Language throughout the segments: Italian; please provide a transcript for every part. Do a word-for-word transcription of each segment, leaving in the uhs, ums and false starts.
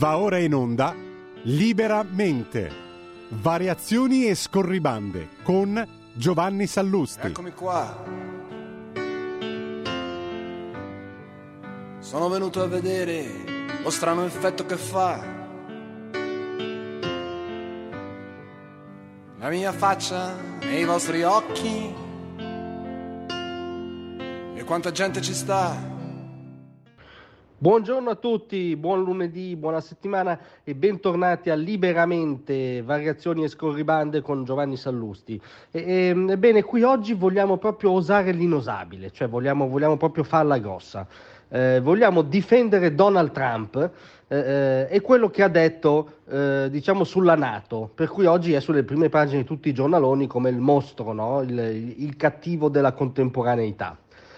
Va ora in onda Liberamente. Variazioni e scorribande con Giovanni Sallusti. Eccomi qua. Sono venuto a vedere lo strano effetto che fa la mia faccia nei vostri occhi e quanta gente ci sta. Buongiorno a tutti, buon lunedì, buona settimana e bentornati a Liberamente, variazioni e scorribande con Giovanni Sallusti. E, e, ebbene, qui oggi vogliamo proprio osare l'inosabile, cioè vogliamo, vogliamo proprio farla grossa. Eh, vogliamo difendere Donald Trump eh, e quello che ha detto eh, diciamo sulla NATO, per cui oggi è sulle prime pagine di tutti i giornaloni come il mostro, no? il, il cattivo della contemporaneità.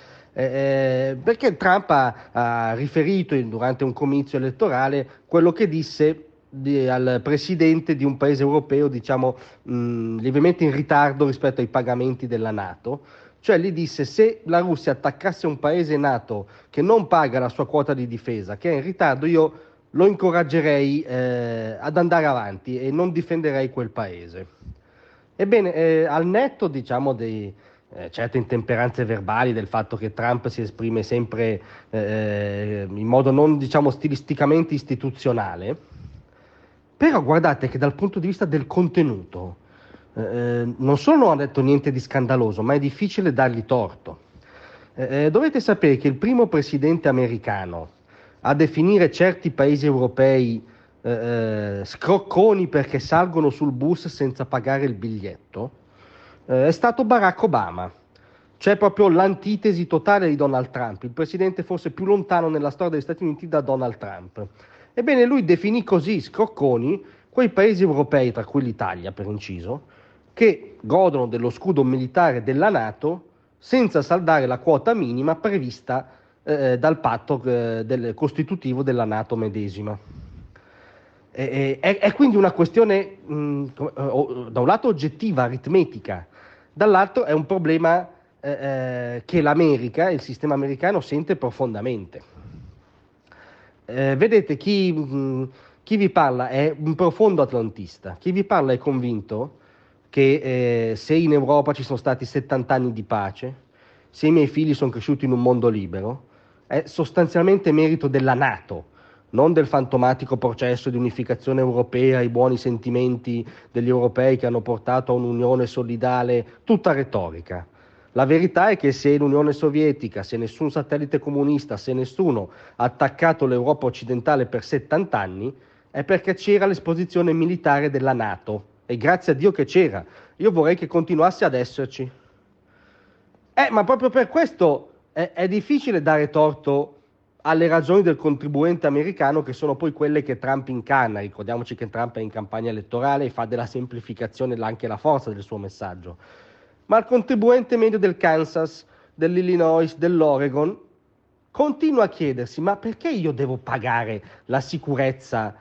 Eh, perché Trump ha, ha riferito in, durante un comizio elettorale quello che disse di, al presidente di un paese europeo, diciamo mh, lievemente in ritardo rispetto ai pagamenti della NATO, cioè gli disse: se la Russia attaccasse un paese NATO che non paga la sua quota di difesa, che è in ritardo, io lo incoraggerei eh, ad andare avanti e non difenderei quel paese. Ebbene, eh, al netto diciamo dei Eh, certe intemperanze verbali, del fatto che Trump si esprime sempre eh, in modo non diciamo stilisticamente istituzionale, però guardate che dal punto di vista del contenuto eh, non solo non ha detto niente di scandaloso, ma è difficile dargli torto. Eh, dovete sapere che il primo presidente americano a definire certi paesi europei eh, scrocconi perché salgono sul bus senza pagare il biglietto è stato Barack Obama. C'è proprio l'antitesi totale di Donald Trump, il presidente forse più lontano nella storia degli Stati Uniti da Donald Trump. Ebbene, lui definì così scrocconi quei paesi europei, tra cui l'Italia per inciso, che godono dello scudo militare della NATO senza saldare la quota minima prevista eh, dal patto eh, del, costitutivo della NATO medesima. È, è, è quindi una questione mh, da un lato oggettiva, aritmetica, dall'altro è un problema eh, che l'America, il sistema americano sente profondamente. Eh, vedete, chi, mh, chi vi parla è un profondo atlantista, chi vi parla è convinto che eh, se in Europa ci sono stati settanta anni di pace, se i miei figli sono cresciuti in un mondo libero, è sostanzialmente merito della NATO, non del fantomatico processo di unificazione europea, i buoni sentimenti degli europei che hanno portato a un'unione solidale, tutta retorica. La verità è che se l'Unione Sovietica, se nessun satellite comunista, se nessuno ha attaccato l'Europa occidentale per settanta anni, è perché c'era l'esposizione militare della NATO, e grazie a Dio che c'era. Io vorrei che continuasse ad esserci. Eh, ma proprio per questo è, è difficile dare torto alle ragioni del contribuente americano, che sono poi quelle che Trump incarna. Ricordiamoci che Trump è in campagna elettorale e fa della semplificazione anche la forza del suo messaggio. Ma il contribuente medio del Kansas, dell'Illinois, dell'Oregon continua a chiedersi: ma perché io devo pagare la sicurezza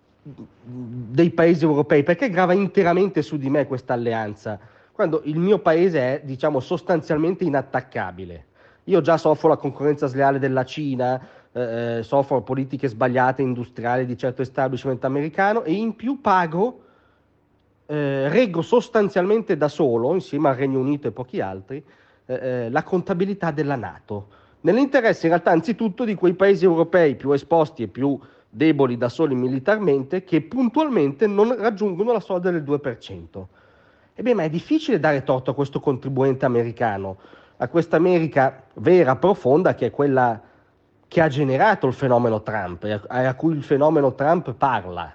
dei paesi europei? Perché grava interamente su di me questa alleanza, quando il mio paese è, diciamo, sostanzialmente inattaccabile? Io già soffro la concorrenza sleale della Cina, eh, soffro politiche sbagliate industriali di certo establishment americano e in più pago, eh, reggo sostanzialmente da solo, insieme al Regno Unito e pochi altri, eh, la contabilità della NATO, nell'interesse in realtà anzitutto di quei paesi europei più esposti e più deboli da soli militarmente, che puntualmente non raggiungono la soglia del due per cento. Ebbene, ma è difficile dare torto a questo contribuente americano, a questa America vera, profonda, che è quella che ha generato il fenomeno Trump e a, a cui il fenomeno Trump parla.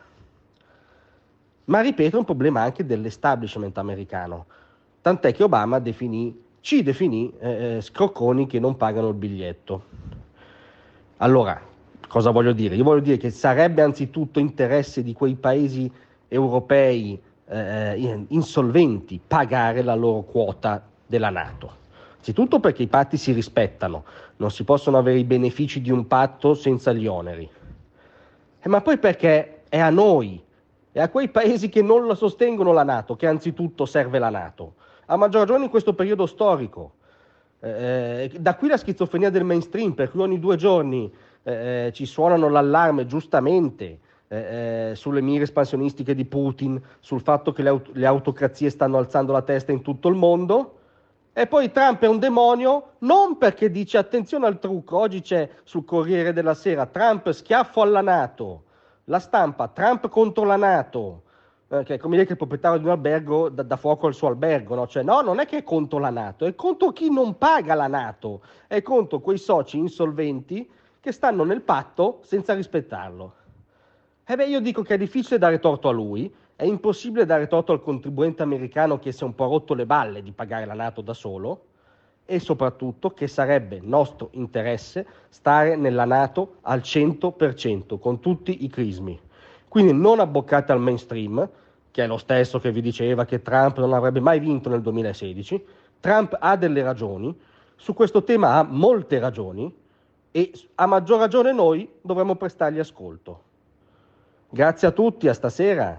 Ma ripeto, è un problema anche dell'establishment americano, tant'è che Obama definì, ci definì eh, scrocconi che non pagano il biglietto. Allora, cosa voglio dire? Io voglio dire che sarebbe anzitutto interesse di quei paesi europei eh, insolventi pagare la loro quota della NATO. Anzitutto perché i patti si rispettano, non si possono avere i benefici di un patto senza gli oneri. Eh, ma poi perché è a noi e a quei paesi che non la sostengono la NATO che anzitutto serve la NATO, a maggior ragione in questo periodo storico. Eh, da qui la schizofrenia del mainstream, per cui ogni due giorni eh, ci suonano l'allarme, giustamente, eh, eh, sulle mire espansionistiche di Putin, sul fatto che le, aut- le autocrazie stanno alzando la testa in tutto il mondo. E poi Trump è un demonio non perché dice attenzione al trucco, oggi c'è sul Corriere della Sera Trump schiaffo alla NATO, la stampa Trump contro la NATO, eh, che è come dire che il proprietario di un albergo dà, dà fuoco al suo albergo, no? Cioè no, non è che è contro la NATO, è contro chi non paga la NATO, è contro quei soci insolventi che stanno nel patto senza rispettarlo. E beh, io dico che è difficile dare torto a lui, è impossibile dare torto al contribuente americano che si è un po' rotto le balle di pagare la NATO da solo, e soprattutto che sarebbe nostro interesse stare nella NATO al cento per cento, con tutti i crismi. Quindi non abboccate al mainstream, che è lo stesso che vi diceva che Trump non avrebbe mai vinto nel duemilasedici. Trump ha delle ragioni, su questo tema ha molte ragioni, e a maggior ragione noi dovremmo prestargli ascolto. Grazie a tutti, a stasera.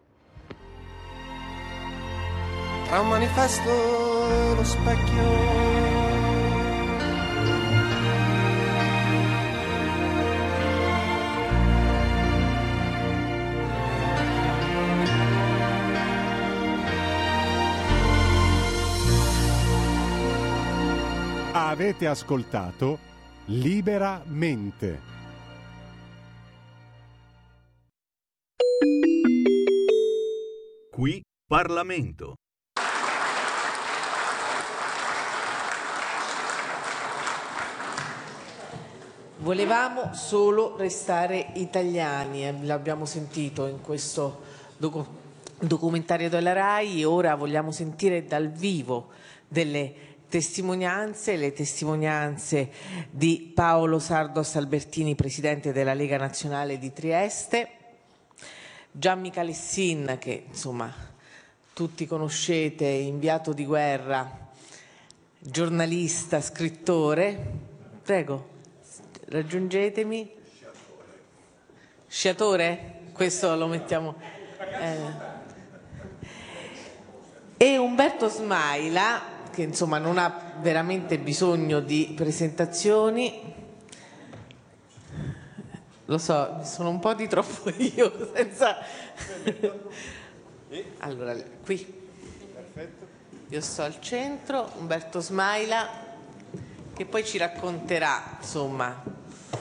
Tra un manifesto e lo specchio, avete ascoltato Liberamente. Qui Parlamento. Volevamo solo restare italiani, eh, l'abbiamo sentito in questo docu- documentario della RAI, e ora vogliamo sentire dal vivo delle testimonianze, le testimonianze di Paolo Sardos Albertini, presidente della Lega Nazionale di Trieste, Gianni Calessin, che insomma tutti conoscete, inviato di guerra, giornalista, scrittore, prego. Raggiungetemi. Sciatore? Questo lo mettiamo. Eh. E Umberto Smaila, che insomma non ha veramente bisogno di presentazioni. Lo so, sono un po' di troppo io, senza. Allora, qui. Io sto al centro, Umberto Smaila, che poi ci racconterà, insomma,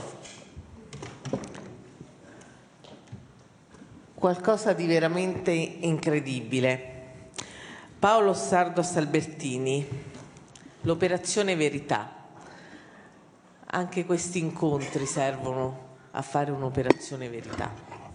qualcosa di veramente incredibile. Paolo Sardos Albertini, l'operazione Verità. Anche questi incontri servono a fare un'operazione Verità.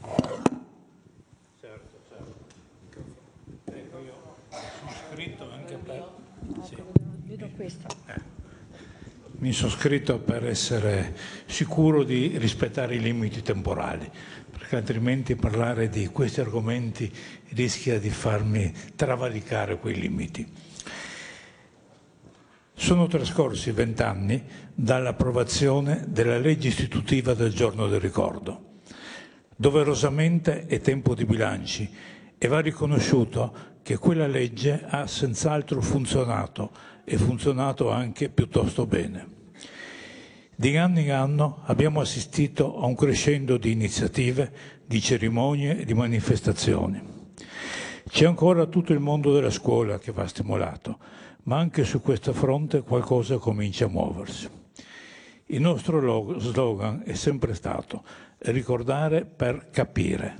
Certo, certo. Ecco, io sono scritto anche per... Sì. Vedo questo. Eh. Mi sono scritto per essere sicuro di rispettare i limiti temporali, perché altrimenti parlare di questi argomenti rischia di farmi travalicare quei limiti. Sono trascorsi vent'anni dall'approvazione della legge istitutiva del Giorno del Ricordo. Doverosamente è tempo di bilanci e va riconosciuto che quella legge ha senz'altro funzionato e funzionato anche piuttosto bene. Di anno in anno abbiamo assistito a un crescendo di iniziative, di cerimonie e di manifestazioni. C'è ancora tutto il mondo della scuola che va stimolato, ma anche su questo fronte qualcosa comincia a muoversi. Il nostro slogan è sempre stato ricordare per capire.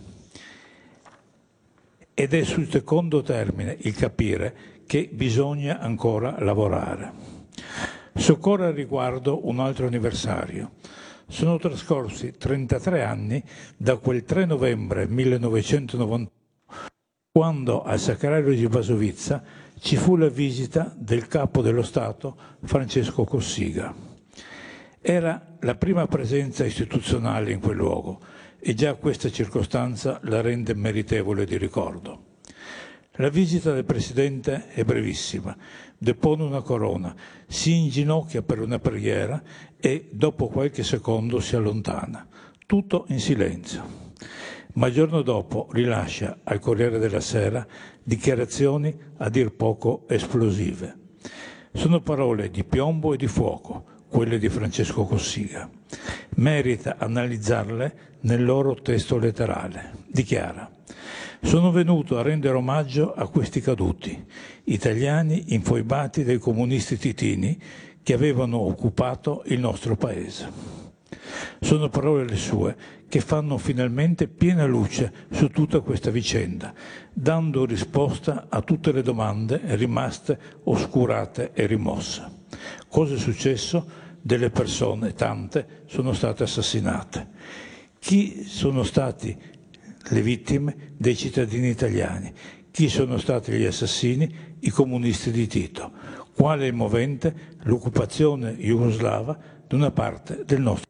Ed è sul secondo termine, il capire, che bisogna ancora lavorare. Soccorre al riguardo un altro anniversario. Sono trascorsi trentatré anni da quel tre novembre millenovecentonovantuno, quando al Sacrario di Basovizza ci fu la visita del capo dello Stato Francesco Cossiga. Era la prima presenza istituzionale in quel luogo e già questa circostanza la rende meritevole di ricordo. La visita del Presidente è brevissima, depone una corona, si inginocchia per una preghiera e dopo qualche secondo si allontana, tutto in silenzio. Ma il giorno dopo rilascia al Corriere della Sera dichiarazioni a dir poco esplosive. Sono parole di piombo e di fuoco, quelle di Francesco Cossiga. Merita analizzarle nel loro testo letterale. Dichiara: sono venuto a rendere omaggio a questi caduti, italiani infoibati dai comunisti titini che avevano occupato il nostro paese. Sono parole le sue che fanno finalmente piena luce su tutta questa vicenda, dando risposta a tutte le domande rimaste oscurate e rimosse. Cosa è successo? Delle persone, tante, sono state assassinate. Chi sono stati le vittime? Dei cittadini italiani. Chi sono stati gli assassini? I comunisti di Tito. Qual è il movente? L'occupazione jugoslava di una parte del nostro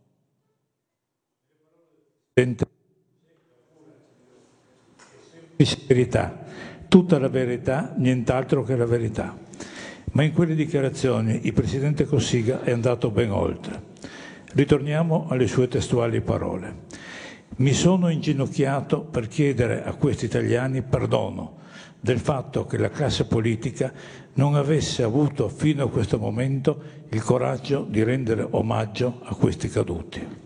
verità, tutta la verità, nient'altro che la verità. Ma in quelle dichiarazioni il presidente Cossiga è andato ben oltre. Ritorniamo alle sue testuali parole. Mi sono inginocchiato per chiedere a questi italiani perdono del fatto che la classe politica non avesse avuto fino a questo momento il coraggio di rendere omaggio a questi caduti.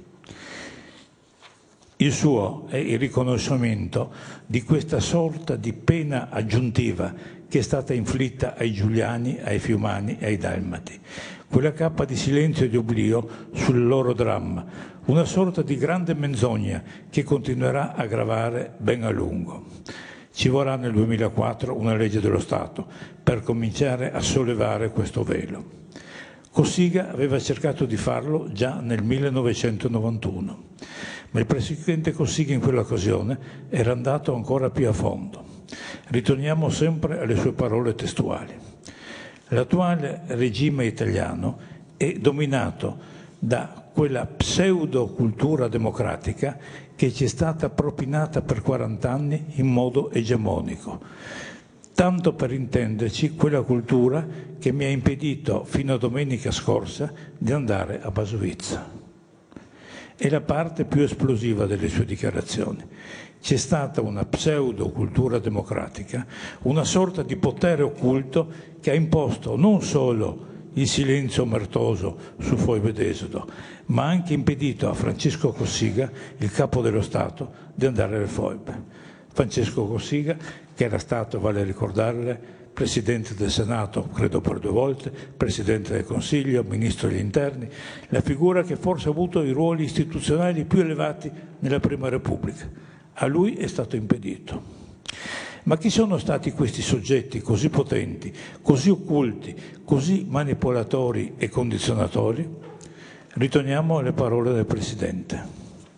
Il suo è il riconoscimento di questa sorta di pena aggiuntiva che è stata inflitta ai giuliani, ai fiumani e ai dalmati. Quella cappa di silenzio e di oblio sul loro dramma, una sorta di grande menzogna che continuerà a gravare ben a lungo. Ci vorrà nel duemilaquattro una legge dello Stato per cominciare a sollevare questo velo. Cossiga aveva cercato di farlo già nel millenovecentonovantuno, ma il presidente Cossiga in quell'occasione era andato ancora più a fondo. Ritorniamo sempre alle sue parole testuali. L'attuale regime italiano è dominato da quella pseudo-cultura democratica che ci è stata propinata per quarant'anni in modo egemonico. Tanto per intenderci, quella cultura che mi ha impedito fino a domenica scorsa di andare a Basovizza. È la parte più esplosiva delle sue dichiarazioni. C'è stata una pseudo-cultura democratica, una sorta di potere occulto che ha imposto non solo il silenzio omertoso su foibe d'esodo, ma ha anche impedito a Francesco Cossiga, il capo dello Stato, di andare alle foibe. Francesco Cossiga, che era stato, vale ricordarle, Presidente del Senato, credo per due volte, Presidente del Consiglio, Ministro degli Interni, la figura che forse ha avuto i ruoli istituzionali più elevati nella Prima Repubblica. A lui è stato impedito. Ma chi sono stati questi soggetti così potenti, così occulti, così manipolatori e condizionatori? Ritorniamo alle parole del Presidente.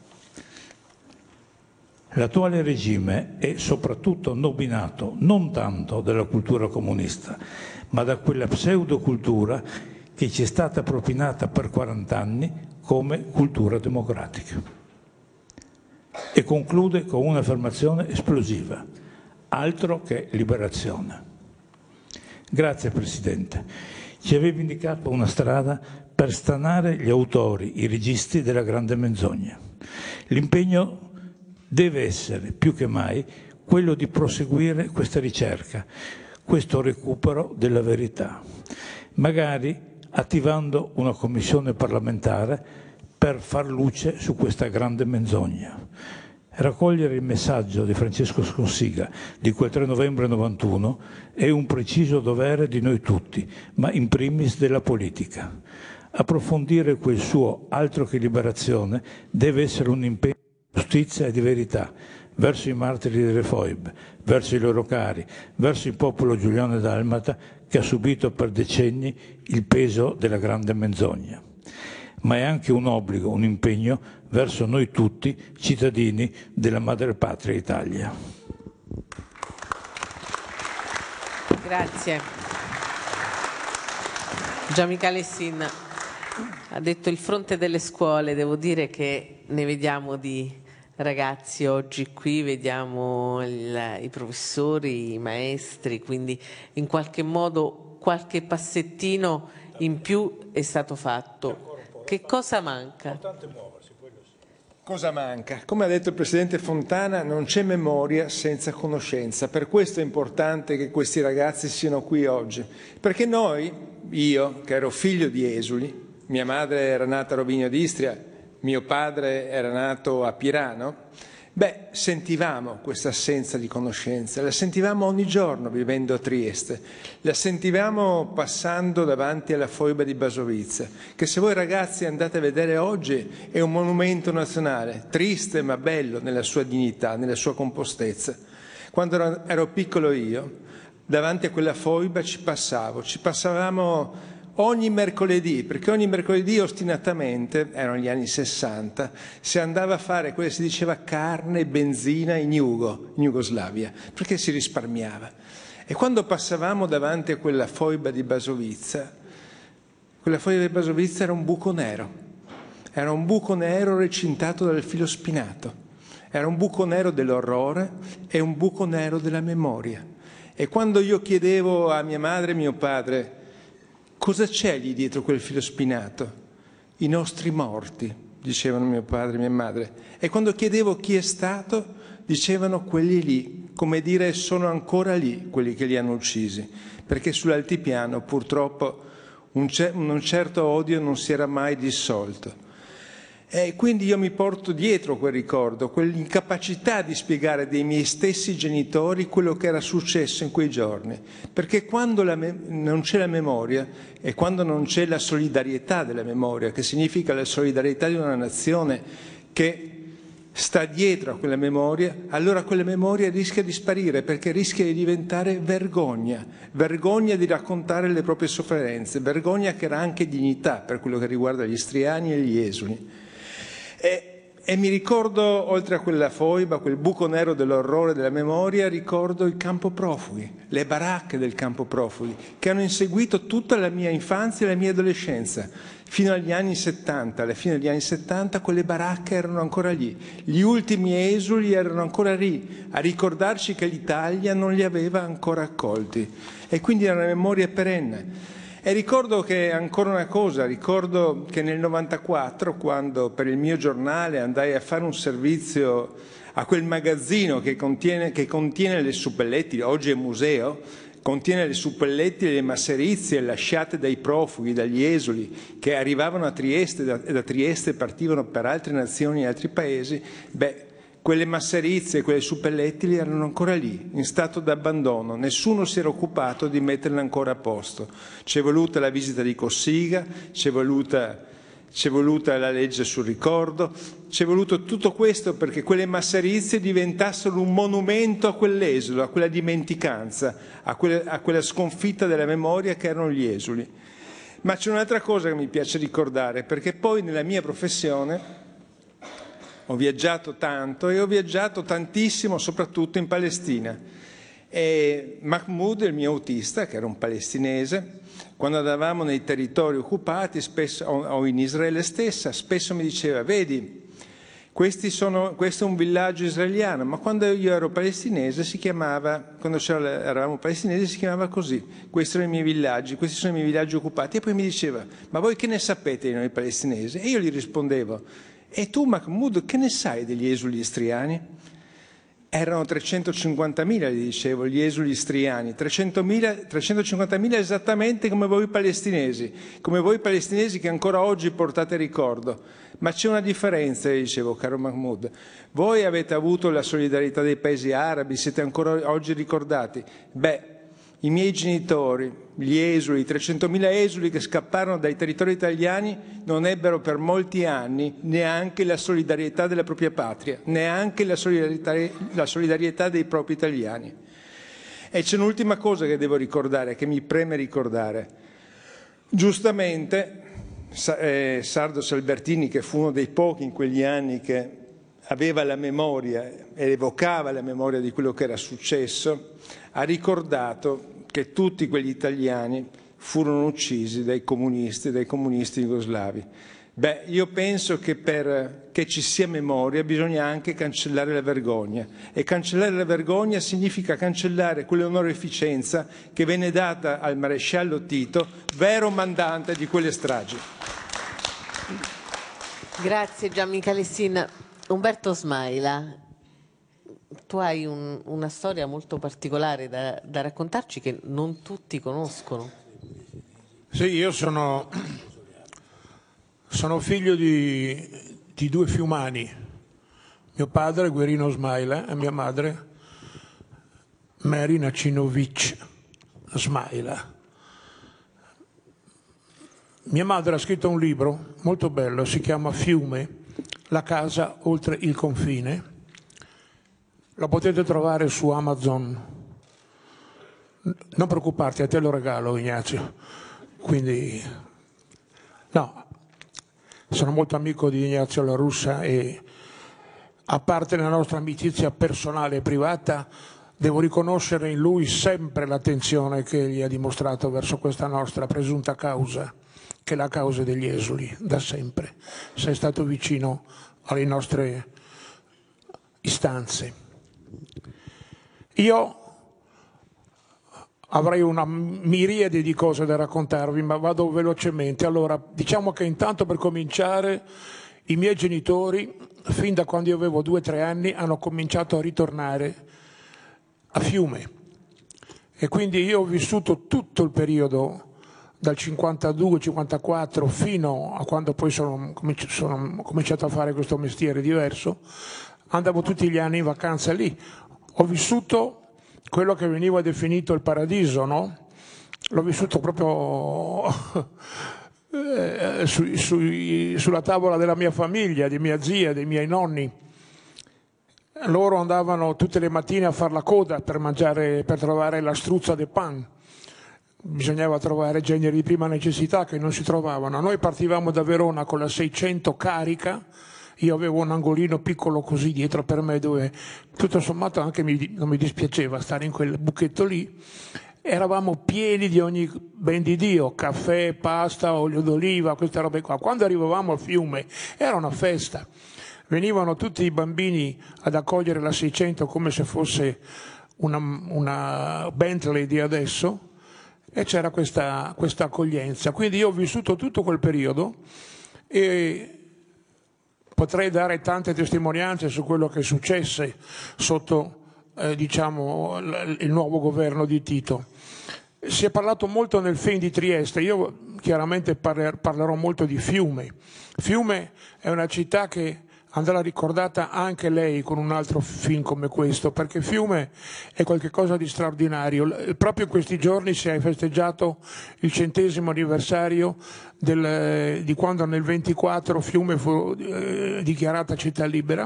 L'attuale regime è soprattutto nominato non tanto dalla cultura comunista, ma da quella pseudocultura che ci è stata propinata per quarant'anni come cultura democratica. E conclude con un'affermazione esplosiva: altro che liberazione. Grazie Presidente, ci avevi indicato una strada per stanare gli autori, i registi della grande menzogna. L'impegno deve essere, più che mai, quello di proseguire questa ricerca, questo recupero della verità, magari attivando una commissione parlamentare per far luce su questa grande menzogna. Raccogliere il messaggio di Francesco Cossiga di quel tre novembre novantuno è un preciso dovere di noi tutti, ma in primis della politica. Approfondire quel suo altro che liberazione deve essere un impegno di giustizia e di verità verso i martiri delle foibe, verso i loro cari, verso il popolo giuliano e dalmata che ha subito per decenni il peso della grande menzogna. Ma è anche un obbligo, un impegno verso noi tutti, cittadini della madrepatria Italia. Grazie. Gianmica Lessin ha detto il fronte delle scuole. Devo dire che ne vediamo di ragazzi oggi qui, vediamo il, i professori, i maestri, quindi in qualche modo qualche passettino in più è stato fatto. Che cosa manca? Cosa manca? Come ha detto il Presidente Fontana, non c'è memoria senza conoscenza. Per questo è importante che questi ragazzi siano qui oggi. Perché noi, io che ero figlio di esuli, mia madre era nata a Rovigno d'Istria, mio padre era nato a Pirano, beh, sentivamo questa assenza di conoscenza, la sentivamo ogni giorno vivendo a Trieste, la sentivamo passando davanti alla foiba di Basovizza, che se voi ragazzi andate a vedere oggi è un monumento nazionale, triste ma bello nella sua dignità, nella sua compostezza. Quando ero, ero piccolo io, davanti a quella foiba ci passavo, ci passavamo ogni mercoledì, perché ogni mercoledì ostinatamente, erano gli anni sessanta, si andava a fare quello che si diceva carne e benzina in Jugo, in Jugoslavia, perché si risparmiava. E quando passavamo davanti a quella foiba di Basovizza, quella foiba di Basovizza era un buco nero, era un buco nero recintato dal filo spinato, era un buco nero dell'orrore e un buco nero della memoria. E quando io chiedevo a mia madre e mio padre cosa c'è lì dietro quel filo spinato? I nostri morti, dicevano mio padre e mia madre. E quando chiedevo chi è stato, dicevano quelli lì, come dire sono ancora lì quelli che li hanno uccisi, perché sull'altipiano purtroppo un, cer- un certo odio non si era mai dissolto. E quindi io mi porto dietro quel ricordo, quell'incapacità di spiegare dei miei stessi genitori quello che era successo in quei giorni, perché quando la me- non c'è la memoria e quando non c'è la solidarietà della memoria, che significa la solidarietà di una nazione che sta dietro a quella memoria, allora quella memoria rischia di sparire, perché rischia di diventare vergogna, vergogna di raccontare le proprie sofferenze, vergogna che era anche dignità per quello che riguarda gli istriani e gli esuli. E, e mi ricordo, oltre a quella foiba, quel buco nero dell'orrore della memoria, ricordo il campo profughi, le baracche del campo profughi, che hanno inseguito tutta la mia infanzia e la mia adolescenza. Fino agli anni settanta, alla fine degli anni settanta, quelle baracche erano ancora lì. Gli ultimi esuli erano ancora lì, a ricordarci che l'Italia non li aveva ancora accolti. E quindi era una memoria perenne. E ricordo che, ancora una cosa, ricordo che nel novantaquattro, quando per il mio giornale andai a fare un servizio a quel magazzino che contiene, che contiene le suppelletti, oggi è museo, contiene le suppelletti e le masserizie lasciate dai profughi, dagli esuli, che arrivavano a Trieste e da Trieste partivano per altre nazioni e altri paesi, beh, quelle masserizie, quelle suppelletti erano ancora lì, in stato d'abbandono. Nessuno si era occupato di metterle ancora a posto. C'è voluta la visita di Cossiga, c'è voluta, c'è voluta la legge sul ricordo, c'è voluto tutto questo perché quelle masserizie diventassero un monumento a quell'esodo, a quella dimenticanza, a quella, a quella sconfitta della memoria che erano gli esuli. Ma c'è un'altra cosa che mi piace ricordare, perché poi nella mia professione ho viaggiato tanto e ho viaggiato tantissimo, soprattutto in Palestina. E Mahmoud, il mio autista, che era un palestinese, quando andavamo nei territori occupati spesso, o in Israele stessa, spesso mi diceva, vedi, questi sono, questo è un villaggio israeliano, ma quando io ero palestinese si chiamava, quando eravamo palestinesi si chiamava così, questi sono i miei villaggi, questi sono i miei villaggi occupati. E poi mi diceva, ma voi che ne sapete di noi palestinesi? E io gli rispondevo, e tu, Mahmoud, che ne sai degli esuli istriani? Erano trecentocinquantamila, gli dicevo, gli esuli istriani, trecentocinquantamila esattamente come voi palestinesi, come voi palestinesi che ancora oggi portate ricordo. Ma c'è una differenza, gli dicevo, caro Mahmoud. Voi avete avuto la solidarietà dei paesi arabi, siete ancora oggi ricordati. Beh, i miei genitori, gli esuli, i trecentomila esuli che scapparono dai territori italiani non ebbero per molti anni neanche la solidarietà della propria patria, neanche la solidarietà, la solidarietà dei propri italiani. E c'è un'ultima cosa che devo ricordare, che mi preme ricordare. Giustamente, eh, Sardo Albertini, che fu uno dei pochi in quegli anni che aveva la memoria e evocava la memoria di quello che era successo, ha ricordato che tutti quegli italiani furono uccisi dai comunisti, dai comunisti jugoslavi. Beh, io penso che per che ci sia memoria bisogna anche cancellare la vergogna, e cancellare la vergogna significa cancellare quell'onorificenza che venne data al maresciallo Tito, vero mandante di quelle stragi. Grazie Gianmichele Sin. Umberto Smaila, tu hai un, una storia molto particolare da, da raccontarci che non tutti conoscono. Sì, io sono, sono figlio di di due fiumani, mio padre Guerino Smaila e mia madre Mary Nacinovic Smaila. Mia madre ha scritto un libro molto bello, si chiama Fiume, la casa oltre il confine. Lo potete trovare su Amazon. Non preoccuparti, a te lo regalo, Ignazio. Quindi, no, sono molto amico di Ignazio La Russa e a parte la nostra amicizia personale e privata, devo riconoscere in lui sempre l'attenzione che egli ha dimostrato verso questa nostra presunta causa, che è la causa degli esuli, da sempre. Sei stato vicino alle nostre istanze. Io avrei una miriade di cose da raccontarvi, ma vado velocemente. Allora, diciamo che intanto per cominciare i miei genitori, fin da quando io avevo due o tre anni, hanno cominciato a ritornare a Fiume. E quindi io ho vissuto tutto il periodo dal cinquantadue cinquantaquattro fino a quando poi sono, sono cominciato a fare questo mestiere diverso. Andavo tutti gli anni in vacanza lì. Ho vissuto quello che veniva definito il paradiso, no? L'ho vissuto proprio eh, su, su, sulla tavola della mia famiglia, di mia zia, dei miei nonni. Loro andavano tutte le mattine a far la coda per mangiare, per trovare la struzza de pan. Bisognava trovare generi di prima necessità che non si trovavano. Noi partivamo da Verona con la seicento carica. Io avevo un angolino piccolo così dietro per me dove tutto sommato anche mi, non mi dispiaceva stare in quel buchetto lì. Eravamo pieni di ogni ben di Dio, caffè, pasta, olio d'oliva, queste robe qua. Quando arrivavamo al Fiume era una festa. Venivano tutti i bambini ad accogliere la seicento come se fosse una, una Bentley di adesso e c'era questa, questa accoglienza. Quindi io ho vissuto tutto quel periodo e potrei dare tante testimonianze su quello che successe sotto eh, diciamo, l- il nuovo governo di Tito. Si è parlato molto nel film di Trieste, io chiaramente parler- parlerò molto di Fiume. Fiume è una città che andrà ricordata anche lei con un altro film come questo, perché Fiume è qualcosa di straordinario. Proprio in questi giorni si è festeggiato il centesimo anniversario del, di quando nel ventiquattro Fiume fu eh, dichiarata città libera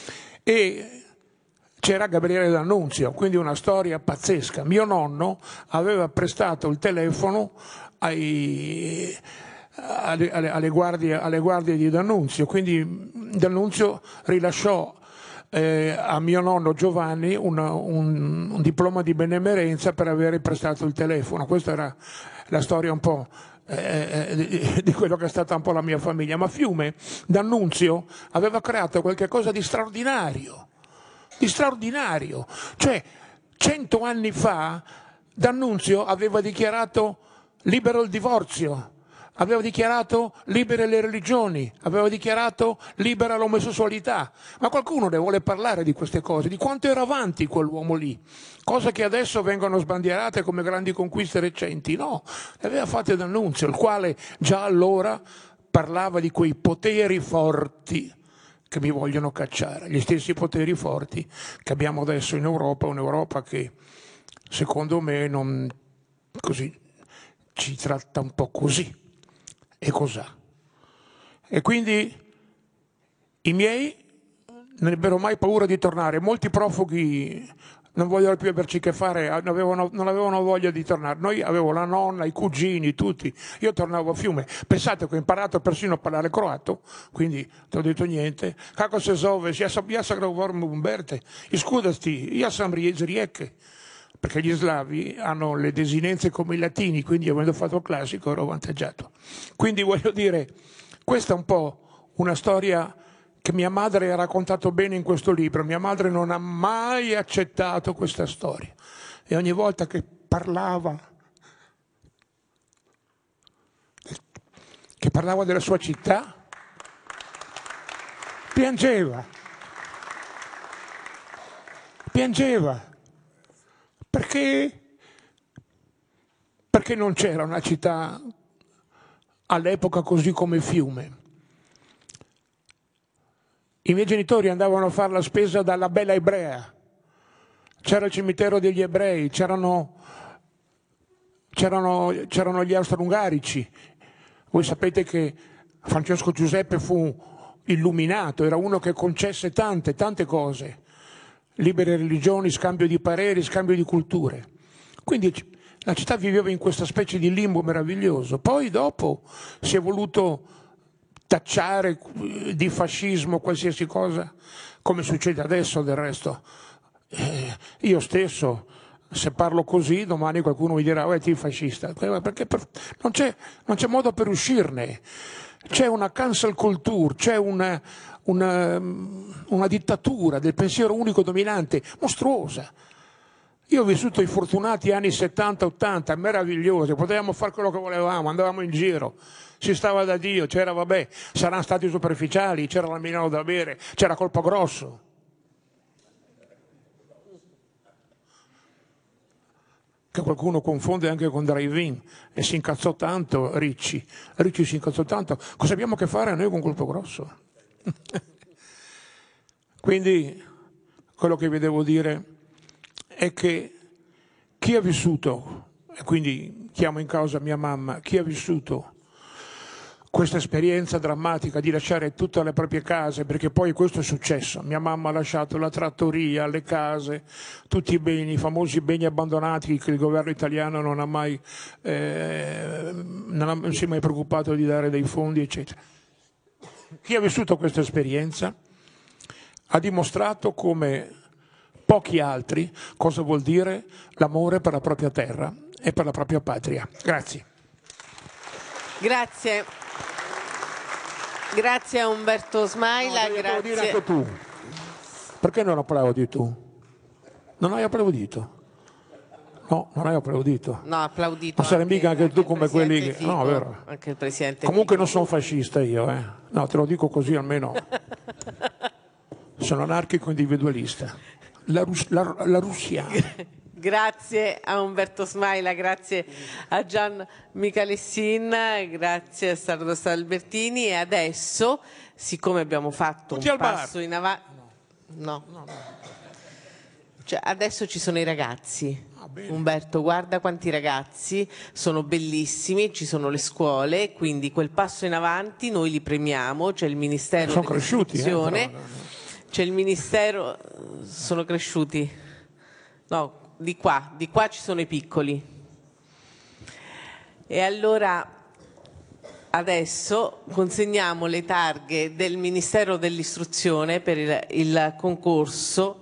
e c'era Gabriele D'Annunzio, quindi una storia pazzesca. Mio nonno aveva prestato il telefono ai... Alle, alle, alle, guardie, alle guardie di D'Annunzio, quindi D'Annunzio rilasciò eh, a mio nonno Giovanni una, un, un diploma di benemerenza per aver prestato il telefono. Questa era la storia un po' eh, di, di quello che è stata un po' la mia famiglia. Ma Fiume, D'Annunzio aveva creato qualcosa di straordinario, di straordinario, cioè cento anni fa D'Annunzio aveva dichiarato libero il divorzio, aveva dichiarato libere le religioni, aveva dichiarato libera l'omosessualità. Ma qualcuno ne vuole parlare di queste cose, di quanto era avanti quell'uomo lì, cose che adesso vengono sbandierate come grandi conquiste recenti. No, le aveva fatte D'Annunzio, il quale già allora parlava di quei poteri forti che mi vogliono cacciare, gli stessi poteri forti che abbiamo adesso in Europa, un'Europa che secondo me non così ci tratta un po' così. E cos'ha? E quindi i miei non ebbero mai paura di tornare. Molti profughi non vogliono più averci che fare, non avevano, non avevano voglia di tornare. Noi avevo la nonna, i cugini, tutti. Io tornavo a Fiume. Pensate che ho imparato persino a parlare croato, quindi non ho detto niente. Kako se zoveš? Ja sam, ja sam govorim Umberte. Scudati, ja sam Rijeke. Perché gli slavi hanno le desinenze come i latini, quindi avendo fatto il classico ero avvantaggiato. Quindi voglio dire, questa è un po' una storia che mia madre ha raccontato bene in questo libro. Mia madre non ha mai accettato questa storia e ogni volta che parlava, che parlava della sua città, piangeva, piangeva. Perché? Perché non c'era una città all'epoca così come Fiume. I miei genitori andavano a fare la spesa dalla Bella Ebrea, c'era il cimitero degli ebrei, c'erano, c'erano, c'erano gli austro-ungarici. Voi sapete che Francesco Giuseppe fu illuminato, era uno che concesse tante, tante cose, libere religioni, scambio di pareri, scambio di culture. Quindi la città viveva in questa specie di limbo meraviglioso. Poi dopo si è voluto tacciare di fascismo qualsiasi cosa, come succede adesso del resto. Eh, io stesso, se parlo così, domani qualcuno mi dirà oh, ti fascista, perché per, non, c'è, non c'è modo per uscirne. C'è una cancel culture, c'è una, una, una dittatura del pensiero unico dominante mostruosa. Io ho vissuto i fortunati anni settanta ottanta, meravigliosi, potevamo fare quello che volevamo, andavamo in giro, si stava da Dio, c'era vabbè, saranno stati superficiali, c'era la Milano da bere, c'era colpo grosso. Che qualcuno confonde anche con drive-in e si incazzò tanto Ricci, Ricci si incazzò tanto, cosa abbiamo a che fare noi con colpo grosso? Quindi quello che vi devo dire è che chi ha vissuto, e quindi chiamo in causa mia mamma, chi ha vissuto questa esperienza drammatica di lasciare tutte le proprie case, perché poi questo è successo, mia mamma ha lasciato la trattoria, le case, tutti i beni, i famosi beni abbandonati che il governo italiano non ha mai, eh, non, ha, non si è mai preoccupato di dare dei fondi, eccetera. Chi ha vissuto questa esperienza ha dimostrato come pochi altri cosa vuol dire l'amore per la propria terra e per la propria patria. Grazie. Grazie. Grazie a Umberto Smaila. No, grazie. Dire anche tu. Perché non applaudi tu? Non hai applaudito? No, non hai applaudito. No, applaudito. Non sarai mica anche, anche tu come quelli che... Fico, no, vero. Anche il presidente Comunque Fico. Non sono fascista io, eh. No, te lo dico così almeno. Sono anarchico individualista. La, Rus- la, la Russia. Grazie a Umberto Smaila, grazie a Gian Michalessin, grazie a Sardo Albertini. E adesso, siccome abbiamo fatto Tutti un al bar. passo in avanti, no, no. Cioè, adesso ci sono i ragazzi. Ah, Umberto, guarda quanti ragazzi, sono bellissimi, ci sono le scuole, quindi quel passo in avanti noi li premiamo. C'è il Ministero sono cresciuti, dell'Istruzione, eh, no, no, no. C'è il Ministero, sono cresciuti, no, di qua, di qua ci sono i piccoli. E allora adesso consegniamo le targhe del Ministero dell'Istruzione per il, il concorso.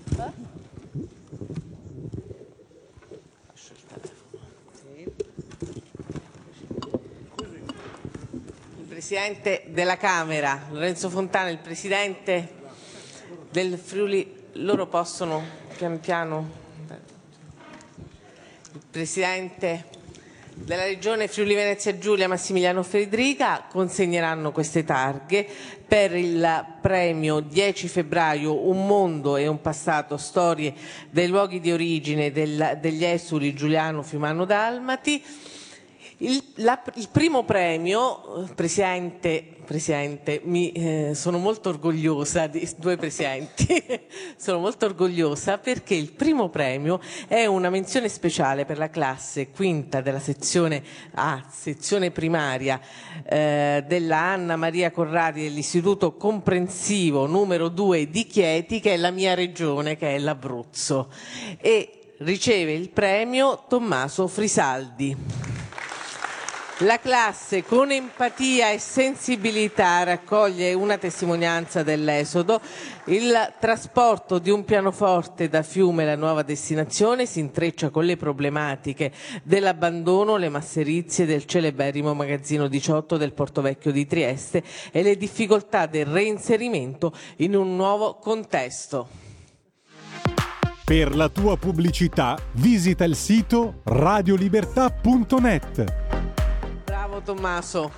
Il Presidente della Camera, Lorenzo Fontana, il Presidente del Friuli, loro possono pian piano... Il Presidente della Regione Friuli Venezia Giulia, Massimiliano Federica, consegneranno queste targhe per il premio dieci febbraio Un mondo e un passato, storie dei luoghi di origine del, degli esuli Giuliano Fiumano Dalmati. Il, la, il primo premio, Presidente, Presidente mi, eh, sono molto orgogliosa di due Presidenti, sono molto orgogliosa perché il primo premio è una menzione speciale per la classe quinta della sezione A, sezione primaria eh, della Anna Maria Corradi dell'Istituto Comprensivo numero due di Chieti, che è la mia regione, che è l'Abruzzo, e riceve il premio Tommaso Frisaldi. La classe, con empatia e sensibilità, raccoglie una testimonianza dell'esodo. Il trasporto di un pianoforte da Fiume alla nuova destinazione si intreccia con le problematiche dell'abbandono, le masserizie del celeberrimo magazzino diciotto del Porto Vecchio di Trieste e le difficoltà del reinserimento in un nuovo contesto. Per la tua pubblicità visita il sito radiolibertà punto net. Bravo Tommaso.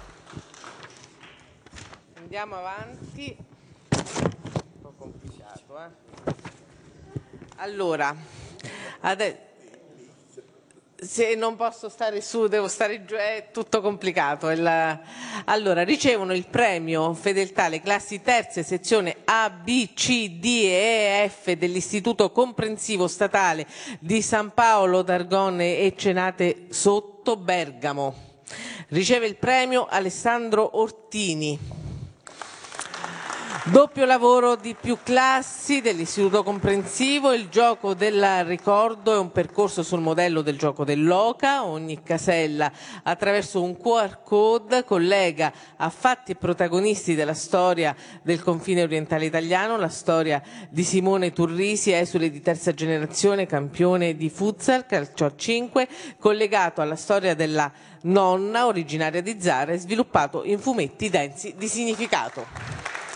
Andiamo avanti. Un po' complicato, eh. Allora, adesso Se non posso stare su, devo stare giù, è tutto complicato. Il... Allora, ricevono il premio Fedeltà le classi terze, sezione A, B, C, D e E F dell'Istituto Comprensivo Statale di San Paolo, Targone e Cenate Sotto, Bergamo. Riceve il premio Alessandro Ortini. Doppio lavoro di più classi dell'Istituto Comprensivo, il gioco del ricordo è un percorso sul modello del gioco dell'oca. Ogni casella attraverso un Q R code collega a fatti e protagonisti della storia del confine orientale italiano, la storia di Simone Turrisi, esule di terza generazione, campione di futsal, calcio a cinque, collegato alla storia della nonna originaria di Zara e sviluppato in fumetti densi di significato.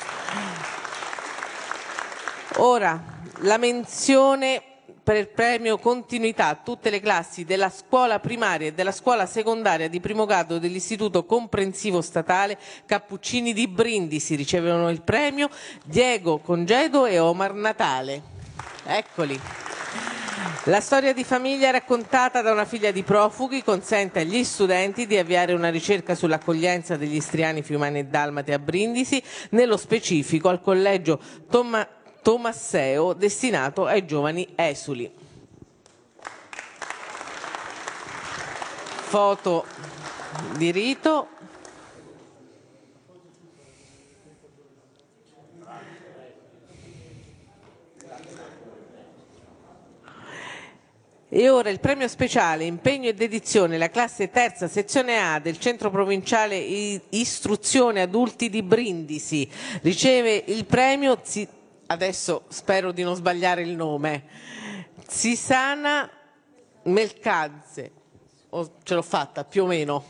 Ora, la menzione per il premio Continuità a tutte le classi della scuola primaria e della scuola secondaria di primo grado dell'Istituto Comprensivo Statale Cappuccini di Brindisi. Ricevono il premio Diego Congedo e Omar Natale. Eccoli. La storia di famiglia raccontata da una figlia di profughi consente agli studenti di avviare una ricerca sull'accoglienza degli istriani, fiumani e dalmati a Brindisi, nello specifico al collegio Tomma Tomasseo destinato ai giovani esuli. Foto di rito. E ora il premio speciale Impegno e Dedizione, la classe terza sezione A del Centro Provinciale Istruzione Adulti di Brindisi. Riceve il premio, adesso spero di non sbagliare il nome, Zisana Melkadze, oh, ce l'ho fatta più o meno.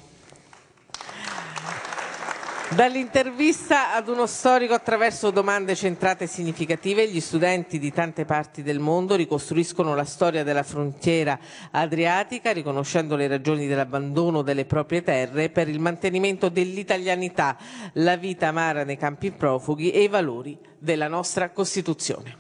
Dall'intervista ad uno storico attraverso domande centrate e significative, gli studenti di tante parti del mondo ricostruiscono la storia della frontiera adriatica, riconoscendo le ragioni dell'abbandono delle proprie terre per il mantenimento dell'italianità, la vita amara nei campi profughi e i valori della nostra Costituzione.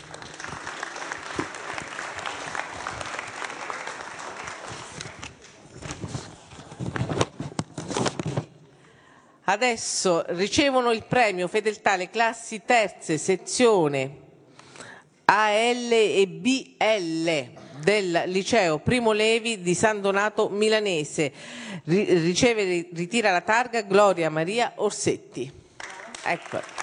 Adesso ricevono il premio Fedeltà le classi terze sezione A L e B L del liceo Primo Levi di San Donato Milanese. Riceve, ritira la targa Gloria Maria Orsetti. Ecco.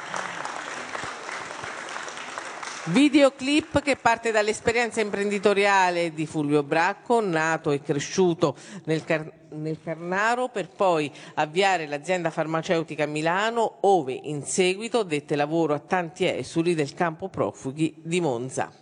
Videoclip che parte dall'esperienza imprenditoriale di Fulvio Bracco, nato e cresciuto nel, Car- nel Carnaro, per poi avviare l'azienda farmaceutica a Milano, ove in seguito dette lavoro a tanti esuli del campo profughi di Monza.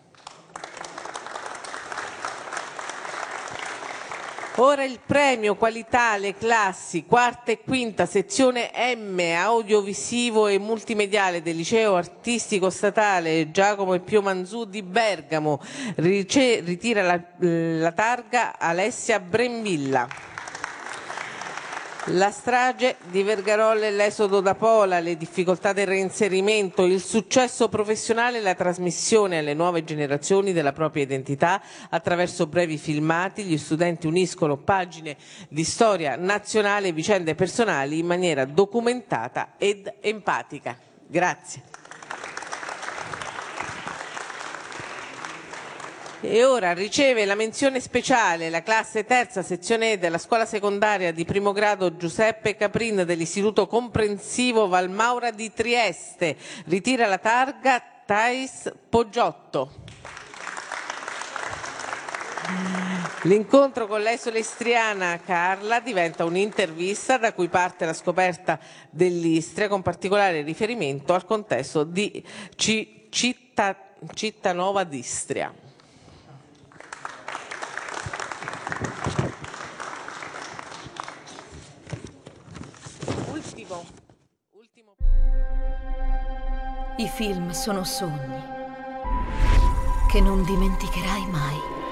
Ora il premio Qualità alle classi quarta e quinta sezione M audiovisivo e multimediale del liceo artistico statale Giacomo e Pio Manzù di Bergamo. Rice- ritira la, la targa Alessia Brembilla. La strage di Vergarolle e l'esodo da Pola, le difficoltà del reinserimento, il successo professionale e la trasmissione alle nuove generazioni della propria identità attraverso brevi filmati. Gli studenti uniscono pagine di storia nazionale e vicende personali in maniera documentata ed empatica. Grazie. E ora riceve la menzione speciale la classe terza sezione E della scuola secondaria di primo grado Giuseppe Caprin dell'Istituto Comprensivo Valmaura di Trieste. Ritira la targa Thais Poggiotto. L'incontro con l'esule istriana Carla diventa un'intervista da cui parte la scoperta dell'Istria con particolare riferimento al contesto di C- Città, Cittanova d'Istria. Ultimo. Ultimo. I film sono sogni che non dimenticherai mai.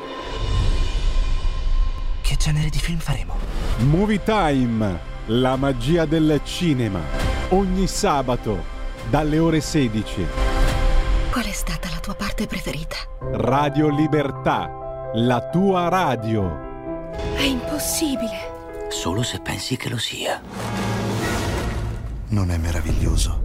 Che genere di film faremo? Movie Time, la magia del cinema. Ogni sabato, dalle ore sedici. Qual è stata la tua parte preferita? Radio Libertà, la tua radio. È impossibile. Solo se pensi che lo sia. Non è meraviglioso?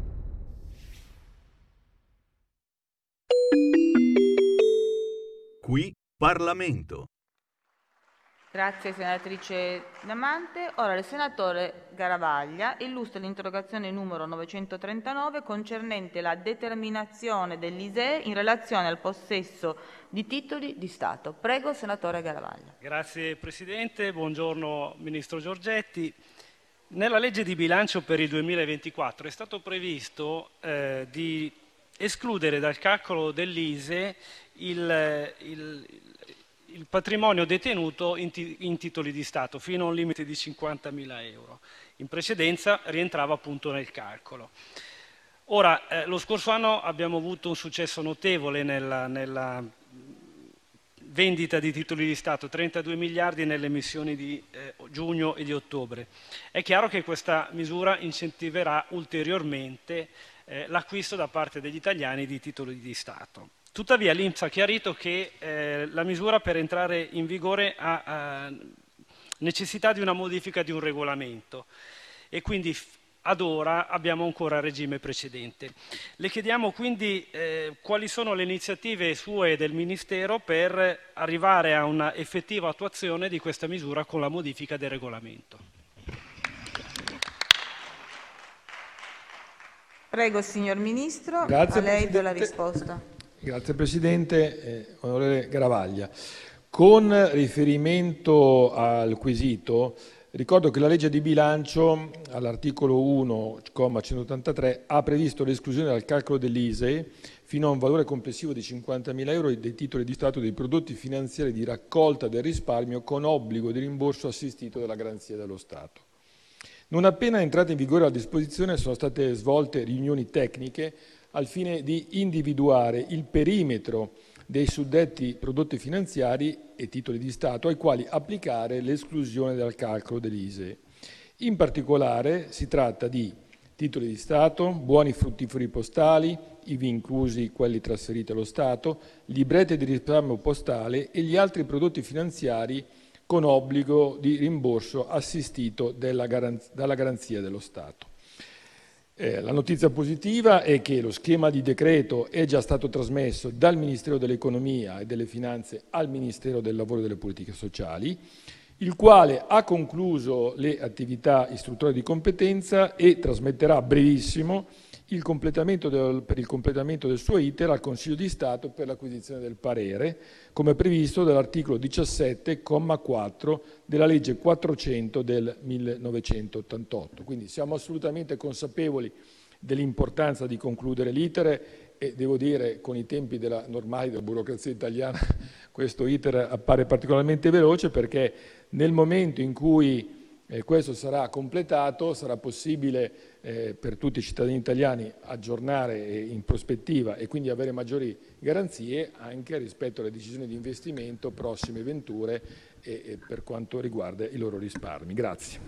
Qui Parlamento. Grazie senatrice Damante. Ora il senatore Garavaglia illustra l'interrogazione numero novecentotrentanove concernente la determinazione dell'I S E E in relazione al possesso di titoli di Stato. Prego, senatore Garavaglia. Grazie Presidente, buongiorno Ministro Giorgetti. Nella legge di bilancio per il duemilaventiquattro è stato previsto eh, di escludere dal calcolo dell'I S E E il, il, il patrimonio detenuto in, ti, in titoli di Stato fino a un limite di cinquantamila euro. In precedenza rientrava appunto nel calcolo. Ora, eh, lo scorso anno abbiamo avuto un successo notevole nella, nella vendita di titoli di Stato, trentadue miliardi nelle emissioni di eh, giugno e di ottobre. È chiaro che questa misura incentiverà ulteriormente eh, l'acquisto da parte degli italiani di titoli di Stato. Tuttavia l'I N P S ha chiarito che eh, la misura per entrare in vigore ha, ha necessità di una modifica di un regolamento e quindi ad ora abbiamo ancora il regime precedente. Le chiediamo quindi eh, quali sono le iniziative sue e del Ministero per arrivare a una effettiva attuazione di questa misura con la modifica del regolamento. Prego, signor Ministro, Grazie, a lei Presidente. do la risposta. Grazie Presidente, eh, onorevole Garavaglia. Con riferimento al quesito, ricordo che la legge di bilancio all'articolo uno, comma centottantatré, ha previsto l'esclusione dal calcolo dell'I S E E fino a un valore complessivo di cinquantamila euro dei titoli di Stato dei prodotti finanziari di raccolta del risparmio con obbligo di rimborso assistito dalla garanzia dello Stato. Non appena entrata in vigore la disposizione sono state svolte riunioni tecniche al fine di individuare il perimetro dei suddetti prodotti finanziari e titoli di Stato ai quali applicare l'esclusione dal calcolo dell'I S E E. In particolare si tratta di titoli di Stato, buoni fruttiferi postali, ivi inclusi quelli trasferiti allo Stato, librette di risparmio postale e gli altri prodotti finanziari con obbligo di rimborso assistito della garanz- dalla garanzia dello Stato. Eh, la notizia positiva è che lo schema di decreto è già stato trasmesso dal Ministero dell'Economia e delle Finanze al Ministero del Lavoro e delle Politiche Sociali, il quale ha concluso le attività istruttorie di competenza e trasmetterà a brevissimo il completamento del, per il completamento del suo iter al Consiglio di Stato per l'acquisizione del parere, come previsto dall'articolo diciassette, comma quattro della legge quattrocento del millenovecentottantotto. Quindi siamo assolutamente consapevoli dell'importanza di concludere l'iter e devo dire con i tempi della normali della burocrazia italiana questo iter appare particolarmente veloce perché nel momento in cui eh, questo sarà completato sarà possibile eh, per tutti i cittadini italiani aggiornare eh, in prospettiva e quindi avere maggiori garanzie anche rispetto alle decisioni di investimento, prossime venture e, e per quanto riguarda i loro risparmi. Grazie.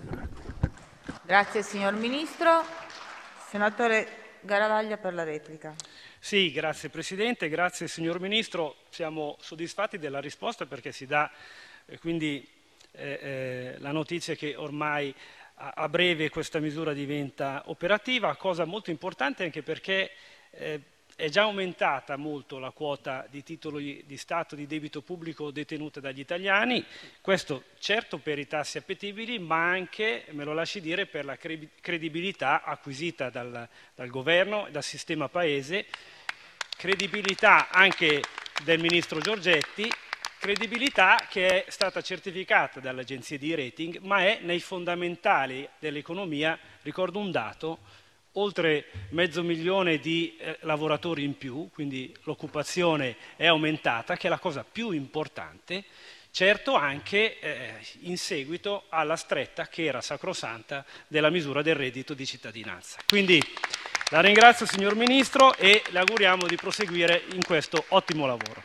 Grazie signor Ministro. Senatore Garavaglia per la replica. Sì, grazie Presidente, grazie signor Ministro. Siamo soddisfatti della risposta perché si dà eh, quindi eh, eh, la notizia che ormai a, a breve questa misura diventa operativa, cosa molto importante anche perché eh, è già aumentata molto la quota di titoli di Stato di debito pubblico detenuta dagli italiani, questo certo per i tassi appetibili ma anche, me lo lasci dire, per la credibilità acquisita dal, dal Governo e dal sistema Paese, credibilità anche del Ministro Giorgetti, credibilità che è stata certificata dalle agenzie di rating ma è nei fondamentali dell'economia, ricordo un dato, oltre mezzo milione di eh, lavoratori in più, quindi l'occupazione è aumentata, che è la cosa più importante, certo anche eh, in seguito alla stretta che era sacrosanta della misura del reddito di cittadinanza. Quindi la ringrazio signor Ministro e le auguriamo di proseguire in questo ottimo lavoro.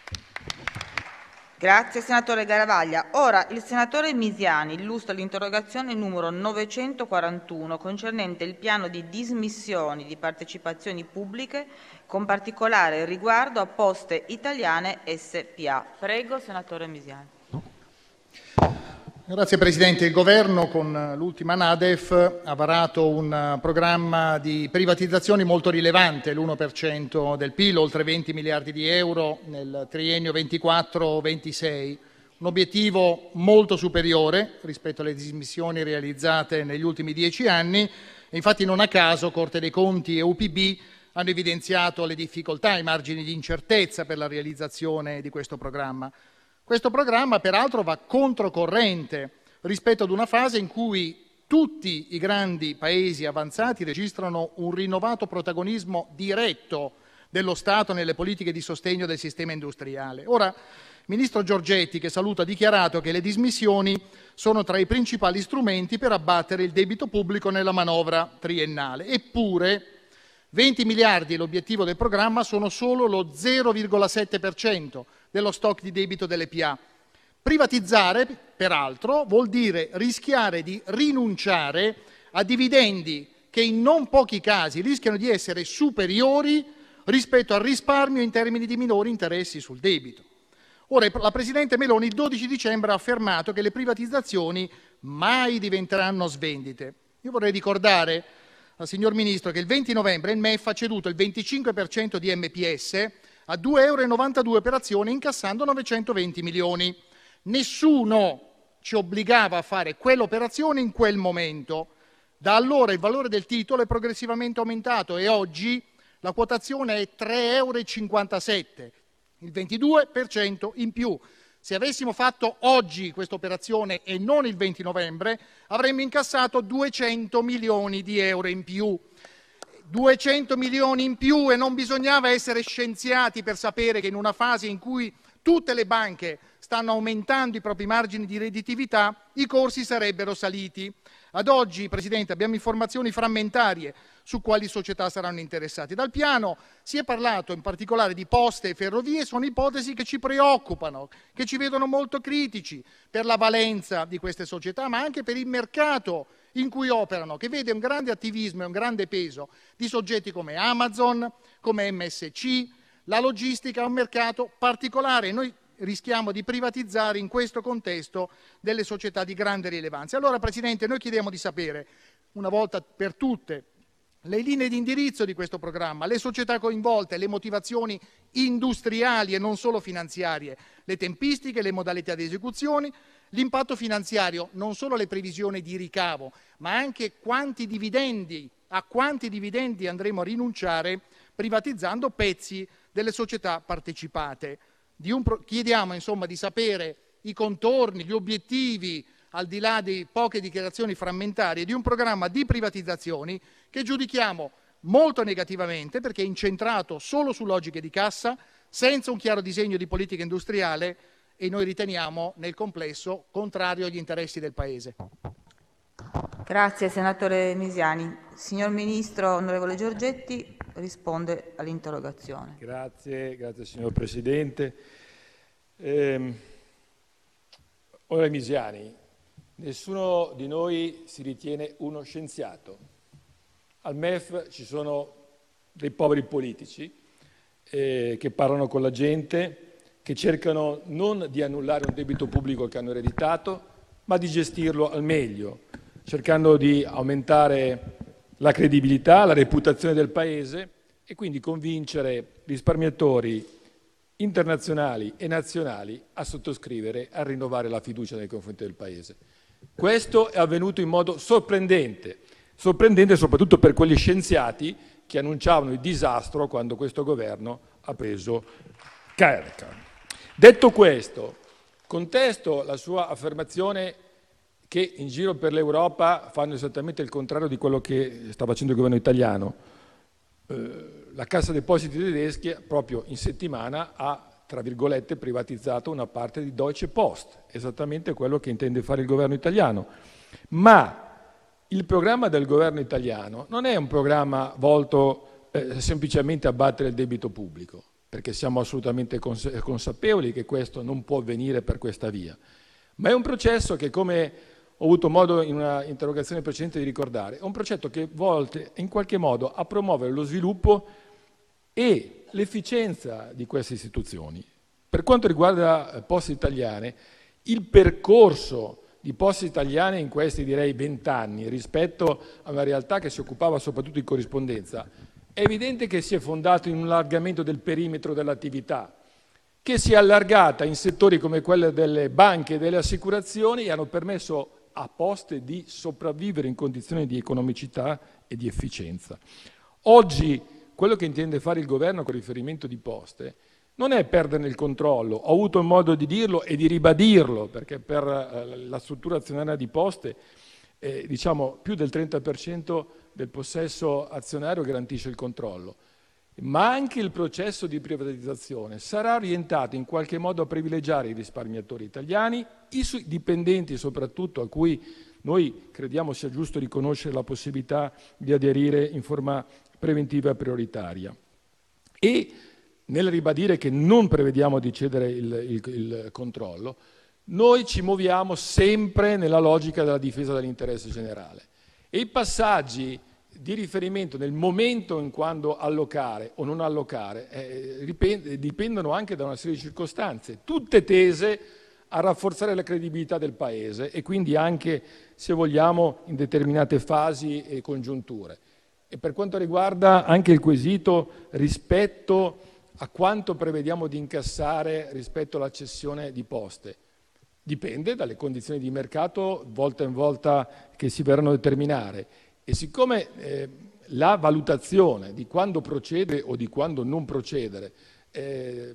Grazie senatore Garavaglia. Ora il senatore Misiani illustra l'interrogazione numero novecentoquarantuno concernente il piano di dismissioni di partecipazioni pubbliche con particolare riguardo a Poste Italiane S P A. Prego senatore Misiani. Grazie Presidente. Il Governo con l'ultima NADEF ha varato un programma di privatizzazioni molto rilevante, l'uno per cento del P I L, oltre venti miliardi di euro nel triennio ventiquattro ventisei, un obiettivo molto superiore rispetto alle dismissioni realizzate negli ultimi dieci anni e infatti non a caso Corte dei Conti e U P B hanno evidenziato le difficoltà, i margini di incertezza per la realizzazione di questo programma. Questo programma peraltro va controcorrente rispetto ad una fase in cui tutti i grandi paesi avanzati registrano un rinnovato protagonismo diretto dello Stato nelle politiche di sostegno del sistema industriale. Ora, il ministro Giorgetti, che saluto, ha dichiarato che le dismissioni sono tra i principali strumenti per abbattere il debito pubblico nella manovra triennale. Eppure, venti miliardi e l'obiettivo del programma sono solo lo zero virgola sette per cento dello stock di debito delle P A. Privatizzare, peraltro, vuol dire rischiare di rinunciare a dividendi che in non pochi casi rischiano di essere superiori rispetto al risparmio in termini di minori interessi sul debito. Ora, la Presidente Meloni il dodici dicembre ha affermato che le privatizzazioni mai diventeranno svendite. Io vorrei ricordare al signor Ministro che il venti novembre il M E F ha ceduto il venticinque per cento di M P S a due euro e novantadue per azione, incassando novecentoventi milioni. Nessuno ci obbligava a fare quell'operazione in quel momento. Da allora il valore del titolo è progressivamente aumentato e oggi la quotazione è tre euro e cinquantasette, il ventidue per cento in più. Se avessimo fatto oggi questa operazione e non il venti novembre, avremmo incassato duecento milioni di euro in più. duecento milioni in più e non bisognava essere scienziati per sapere che in una fase in cui tutte le banche stanno aumentando i propri margini di redditività, i corsi sarebbero saliti. Ad oggi, Presidente, abbiamo informazioni frammentarie su quali società saranno interessate. Dal piano si è parlato in particolare di Poste e Ferrovie, sono ipotesi che ci preoccupano, che ci vedono molto critici per la valenza di queste società, ma anche per il mercato in cui operano, che vede un grande attivismo e un grande peso di soggetti come Amazon, come M S C. La logistica è un mercato particolare e noi rischiamo di privatizzare in questo contesto delle società di grande rilevanza. Allora, Presidente, noi chiediamo di sapere, una volta per tutte, le linee di indirizzo di questo programma, le società coinvolte, le motivazioni industriali e non solo finanziarie, le tempistiche, le modalità di esecuzione, l'impatto finanziario, non solo le previsioni di ricavo, ma anche quanti dividendi, a quanti dividendi andremo a rinunciare privatizzando pezzi delle società partecipate. Di un pro- chiediamo insomma di sapere i contorni, gli obiettivi, al di là di poche dichiarazioni frammentarie, di un programma di privatizzazioni che giudichiamo molto negativamente perché è incentrato solo su logiche di cassa, senza un chiaro disegno di politica industriale e noi riteniamo nel complesso contrario agli interessi del Paese. Grazie senatore Misiani. Signor Ministro, onorevole Giorgetti, risponde all'interrogazione. Grazie, grazie signor Presidente. Eh, onorevole Misiani, nessuno di noi si ritiene uno scienziato. Al M E F ci sono dei poveri politici eh, che parlano con la gente, che cercano non di annullare un debito pubblico che hanno ereditato, ma di gestirlo al meglio, cercando di aumentare la credibilità, la reputazione del Paese e quindi convincere risparmiatori internazionali e nazionali a sottoscrivere, a rinnovare la fiducia nei confronti del Paese. Questo è avvenuto in modo sorprendente, sorprendente soprattutto per quegli scienziati che annunciavano il disastro quando questo governo ha preso carica. Detto questo, contesto la sua affermazione che in giro per l'Europa fanno esattamente il contrario di quello che sta facendo il governo italiano. Eh, la Cassa Depositi tedeschi proprio in settimana ha, tra virgolette, privatizzato una parte di Deutsche Post, esattamente quello che intende fare il governo italiano. Ma il programma del governo italiano non è un programma volto eh, semplicemente a battere il debito pubblico, perché siamo assolutamente cons- consapevoli che questo non può avvenire per questa via, ma è un processo che, come ho avuto modo in una interrogazione precedente di ricordare, è un progetto che volte in qualche modo a promuovere lo sviluppo e l'efficienza di queste istituzioni. Per quanto riguarda Poste Italiane, il percorso di di Poste Italiane in questi direi vent'anni rispetto a una realtà che si occupava soprattutto di corrispondenza, è evidente che si è fondato in un allargamento del perimetro dell'attività, che si è allargata in settori come quello delle banche e delle assicurazioni e hanno permesso a Poste di sopravvivere in condizioni di economicità e di efficienza. Oggi quello che intende fare il governo con riferimento di Poste non è perderne il controllo, ho avuto modo di dirlo e di ribadirlo, perché per la struttura azionaria di Poste eh, diciamo più del trenta per cento del possesso azionario garantisce il controllo, ma anche il processo di privatizzazione sarà orientato in qualche modo a privilegiare i risparmiatori italiani, i dipendenti soprattutto, a cui noi crediamo sia giusto riconoscere la possibilità di aderire in forma preventiva e prioritaria. E nel ribadire che non prevediamo di cedere il, il, il controllo, noi ci muoviamo sempre nella logica della difesa dell'interesse generale. E i passaggi di riferimento nel momento in quando allocare o non allocare eh, dipend- dipendono anche da una serie di circostanze, tutte tese a rafforzare la credibilità del Paese e quindi anche, se vogliamo, in determinate fasi e congiunture. E per quanto riguarda anche il quesito rispetto a quanto prevediamo di incassare rispetto alla cessione di Poste, dipende dalle condizioni di mercato volta in volta che si verranno a determinare. E siccome eh, la valutazione di quando procedere o di quando non procedere eh,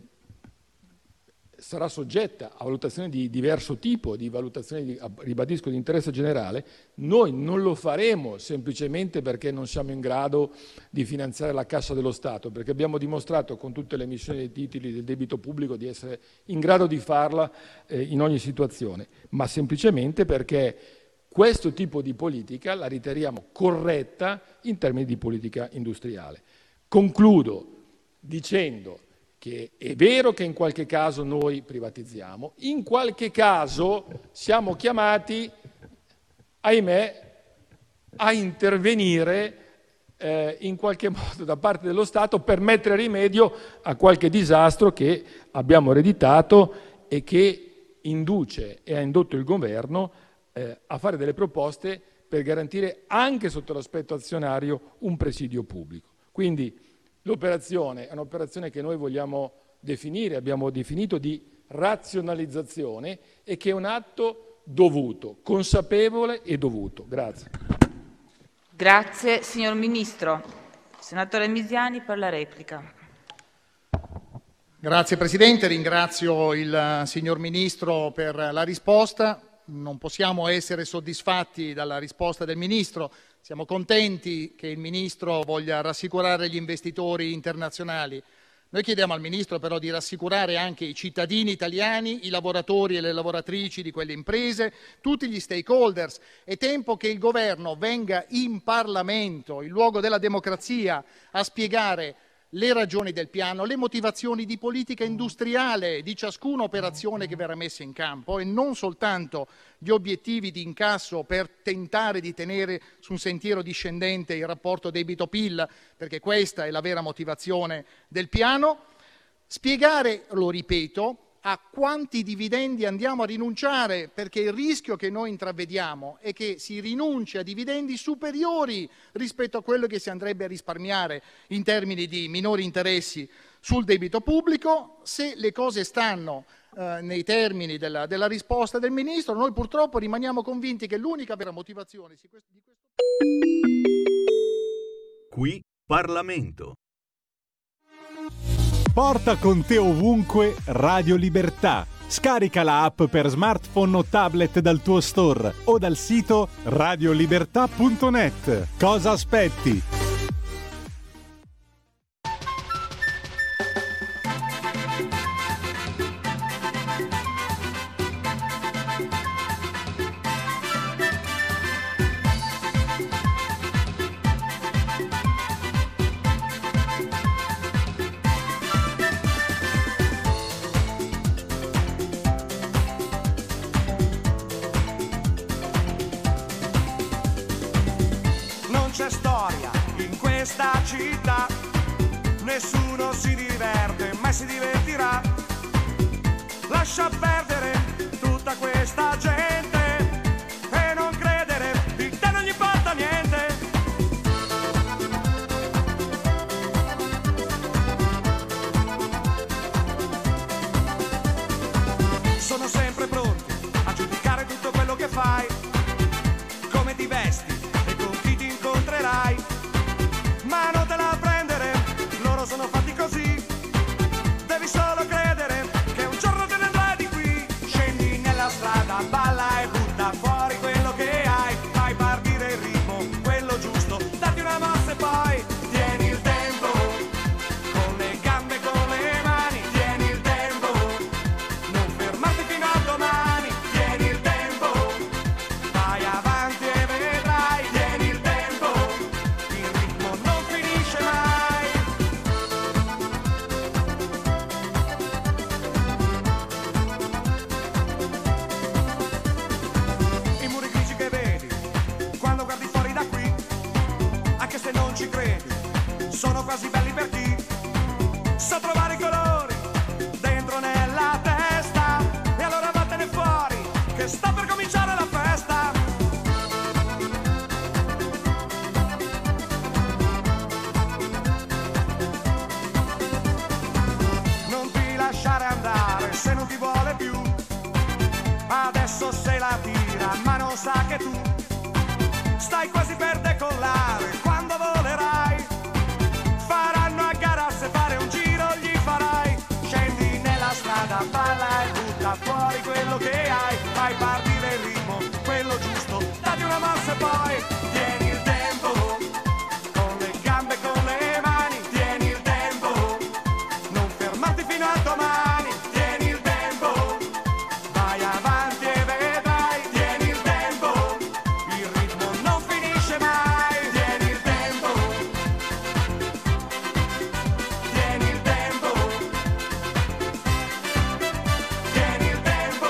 sarà soggetta a valutazioni di diverso tipo, di valutazioni, di, ribadisco, di interesse generale, noi non lo faremo semplicemente perché non siamo in grado di finanziare la cassa dello Stato, perché abbiamo dimostrato con tutte le emissioni dei titoli del debito pubblico di essere in grado di farla eh, in ogni situazione, ma semplicemente perché questo tipo di politica la riteniamo corretta in termini di politica industriale. Concludo dicendo che è vero che in qualche caso noi privatizziamo, in qualche caso siamo chiamati, ahimè, a intervenire eh, in qualche modo da parte dello Stato per mettere rimedio a qualche disastro che abbiamo ereditato e che induce e ha indotto il governo eh, a fare delle proposte per garantire anche sotto l'aspetto azionario un presidio pubblico. Quindi l'operazione è un'operazione che noi vogliamo definire, abbiamo definito di razionalizzazione e che è un atto dovuto, consapevole e dovuto. Grazie. Grazie. Signor Ministro. Senatore Misiani per la replica. Grazie Presidente, ringrazio il signor Ministro per la risposta. Non possiamo essere soddisfatti dalla risposta del Ministro. Siamo contenti che il Ministro voglia rassicurare gli investitori internazionali. Noi chiediamo al Ministro però di rassicurare anche i cittadini italiani, i lavoratori e le lavoratrici di quelle imprese, tutti gli stakeholders. È tempo che il Governo venga in Parlamento, il luogo della democrazia, a spiegare le ragioni del piano, le motivazioni di politica industriale di ciascuna operazione che verrà messa in campo e non soltanto gli obiettivi di incasso per tentare di tenere su un sentiero discendente il rapporto debito-P I L, perché questa è la vera motivazione del piano. Spiegare, lo ripeto, a quanti dividendi andiamo a rinunciare, perché il rischio che noi intravediamo è che si rinunci a dividendi superiori rispetto a quello che si andrebbe a risparmiare in termini di minori interessi sul debito pubblico. Se le cose stanno eh, nei termini della, della risposta del Ministro, noi purtroppo rimaniamo convinti che l'unica vera motivazione di questo... Qui Parlamento. Porta con te ovunque Radio Libertà. Scarica la app per smartphone o tablet dal tuo store o dal sito radio libertà punto net. Cosa aspetti? Nessuno si diverte, mai si divertirà. Lascia perdere tutta questa gente se non ci credi, sono quasi belli per chi sa trovare i colori dentro nella testa. E allora vattene fuori, che sta per cominciare la festa. Non ti lasciare andare se non ti vuole più, adesso se la tira ma non sa che tu stai quasi per decollare. Quando volerai faranno a gara, se fare un giro gli farai. Scendi nella strada, balla e butta fuori quello che hai. Fai partire il ritmo, quello giusto, dati una mossa e poi tieni il tempo, con le gambe e con le mani. Tieni il tempo, non fermarti fino a domani. Tieni il tempo, vai avanti e vedrai. Tieni il tempo, il ritmo non finisce mai. Tieni il tempo, tieni il tempo, tieni il tempo,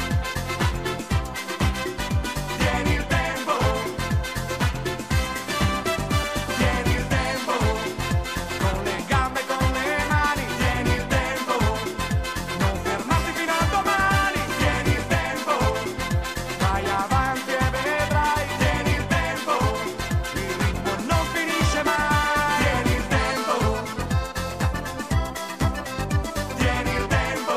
tieni il tempo, tieni il tempo, con le gambe e con le mani. Tieni il tempo, non fermarti fino a domani. Tieni il tempo, vai avanti e vedrai. Tieni il tempo, il ritmo non finisce mai. Tieni il tempo, tieni il tempo,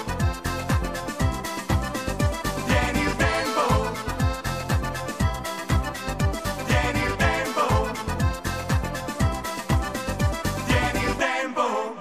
tieni il tempo, tieni il tempo, tieni il tempo.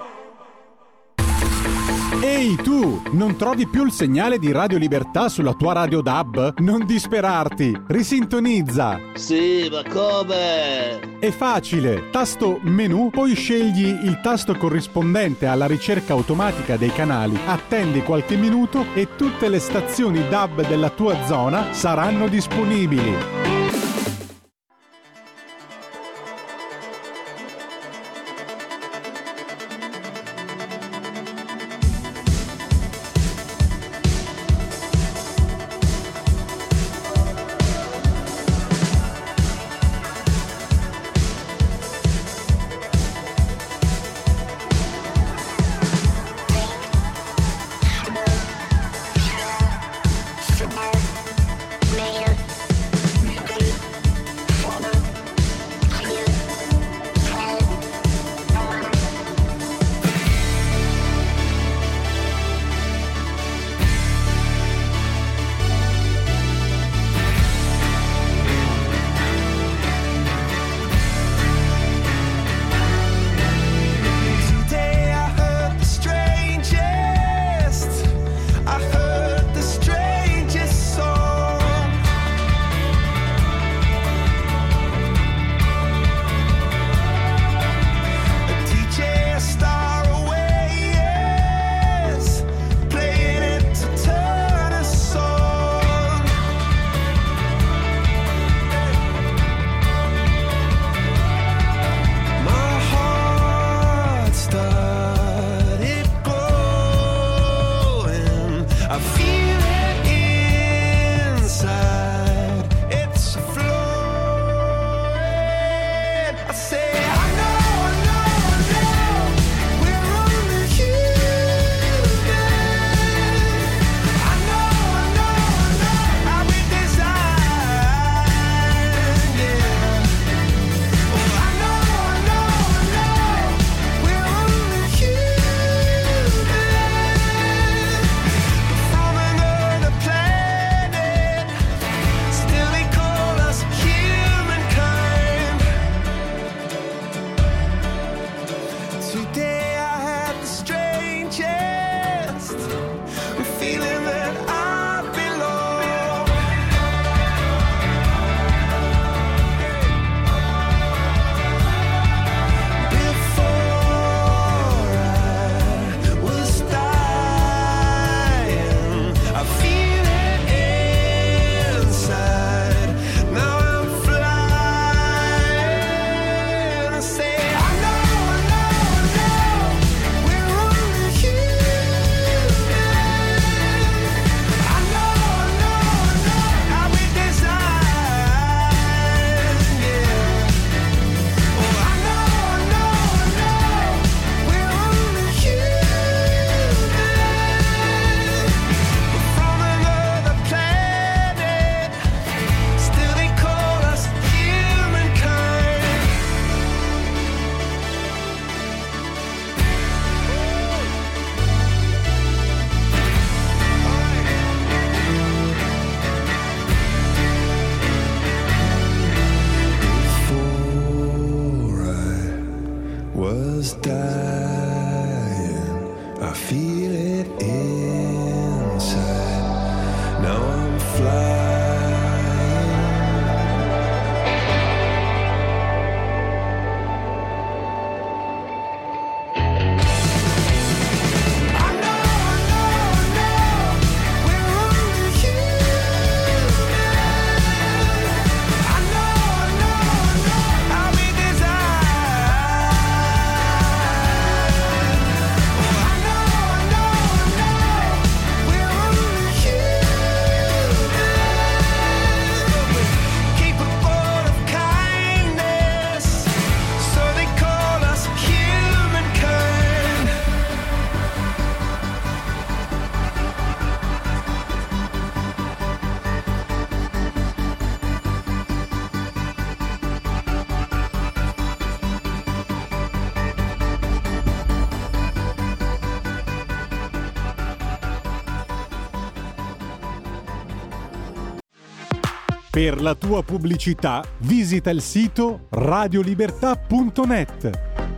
Ehi tu, non trovi più il segnale di Radio Libertà sulla tua radio D A B? Non disperarti, risintonizza! Sì, ma come? È facile, tasto menu, poi scegli il tasto corrispondente alla ricerca automatica dei canali, attendi qualche minuto e tutte le stazioni D A B della tua zona saranno disponibili. Man. was dying, I feel it inside. Now I'm flying. Per la tua pubblicità visita il sito radiolibertà punto net.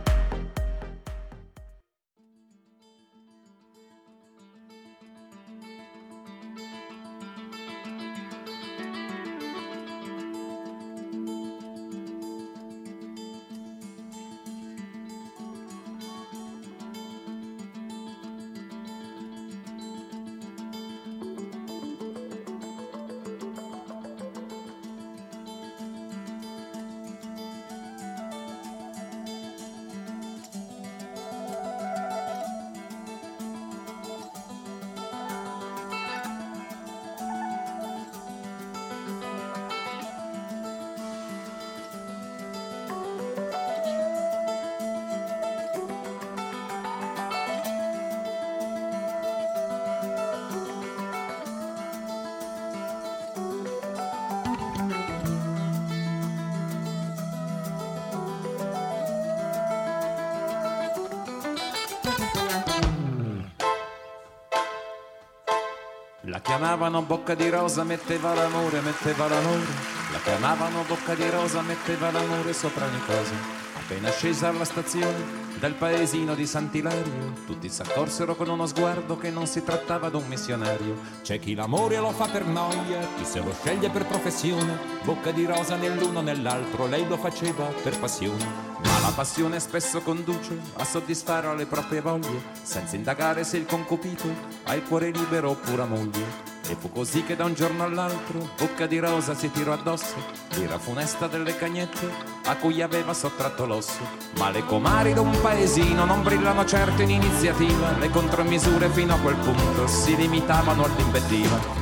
La chiamavano bocca di rosa, metteva l'amore, metteva l'amore. La chiamavano bocca di rosa, metteva l'amore sopra ogni cosa. Appena scesa alla stazione del paesino di Sant'Ilario, tutti s'accorsero con uno sguardo che non si trattava d'un missionario. C'è chi l'amore lo fa per noia, chi se lo sceglie per professione. Bocca di rosa nell'uno nell'altro, lei lo faceva per passione. Ma la passione spesso conduce a soddisfare le proprie voglie, senza indagare se il concupito ha il cuore libero oppure moglie. E fu così che da un giorno all'altro Bocca di rosa si tirò addosso l'ira funesta delle cagnette a cui aveva sottratto l'osso. Ma le comari d'un paesino non brillano certo in iniziativa, le contromisure fino a quel punto si limitavano all'invettiva.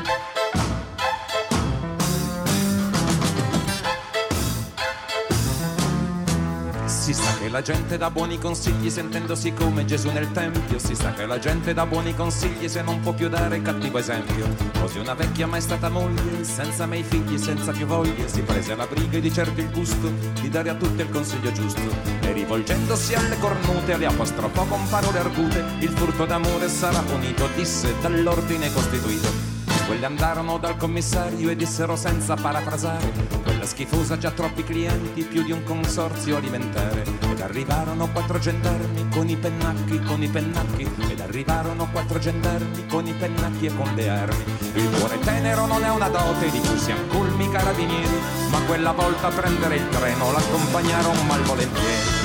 Si sa che la gente dà buoni consigli sentendosi come Gesù nel Tempio. Si sa che la gente dà buoni consigli se non può più dare cattivo esempio. Così una vecchia mai stata moglie, senza mai figli, senza più voglie, si prese la briga e di certo il gusto di dare a tutti il consiglio giusto. E rivolgendosi alle cornute le apostrofò con parole argute: il furto d'amore sarà punito, disse, dall'ordine costituito. Quelli andarono dal commissario e dissero senza parafrasare: quella schifosa già troppi clienti, più di un consorzio alimentare. Ed arrivarono quattro gendarmi con i pennacchi, con i pennacchi. Ed arrivarono quattro gendarmi con i pennacchi e con le armi. Il cuore tenero non è una dote di cui siano colmi i carabinieri, ma quella volta a prendere il treno l'accompagnarono malvolentieri.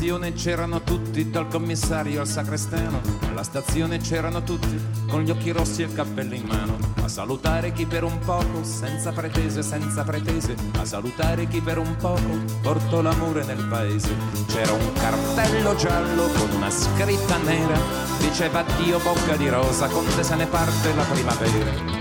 stazione c'erano tutti, dal commissario al sacrestano. Alla stazione c'erano tutti, con gli occhi rossi e il cappello in mano, a salutare chi per un poco, senza pretese, senza pretese, a salutare chi per un poco portò l'amore nel paese. C'era un cartello giallo con una scritta nera, diceva addio bocca di rosa, con te se ne parte la primavera.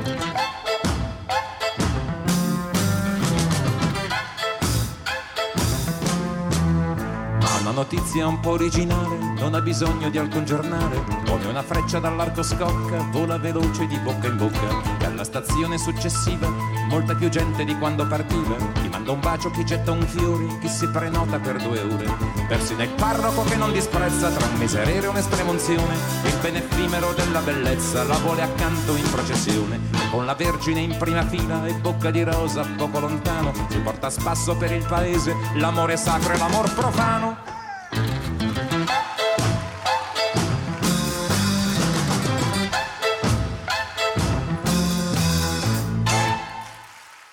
Una notizia un po' originale, non ha bisogno di alcun giornale, come una freccia dall'arco scocca, vola veloce di bocca in bocca, e alla stazione successiva molta più gente di quando partiva, chi manda un bacio, chi getta un fiore, chi si prenota per due ore, persino il parroco che non disprezza tra un miserere e un'estrema unzione, il bene effimero della bellezza la vuole accanto in processione, e con la Vergine in prima fila e bocca di rosa poco lontano, si porta a spasso per il paese l'amore sacro e l'amor profano.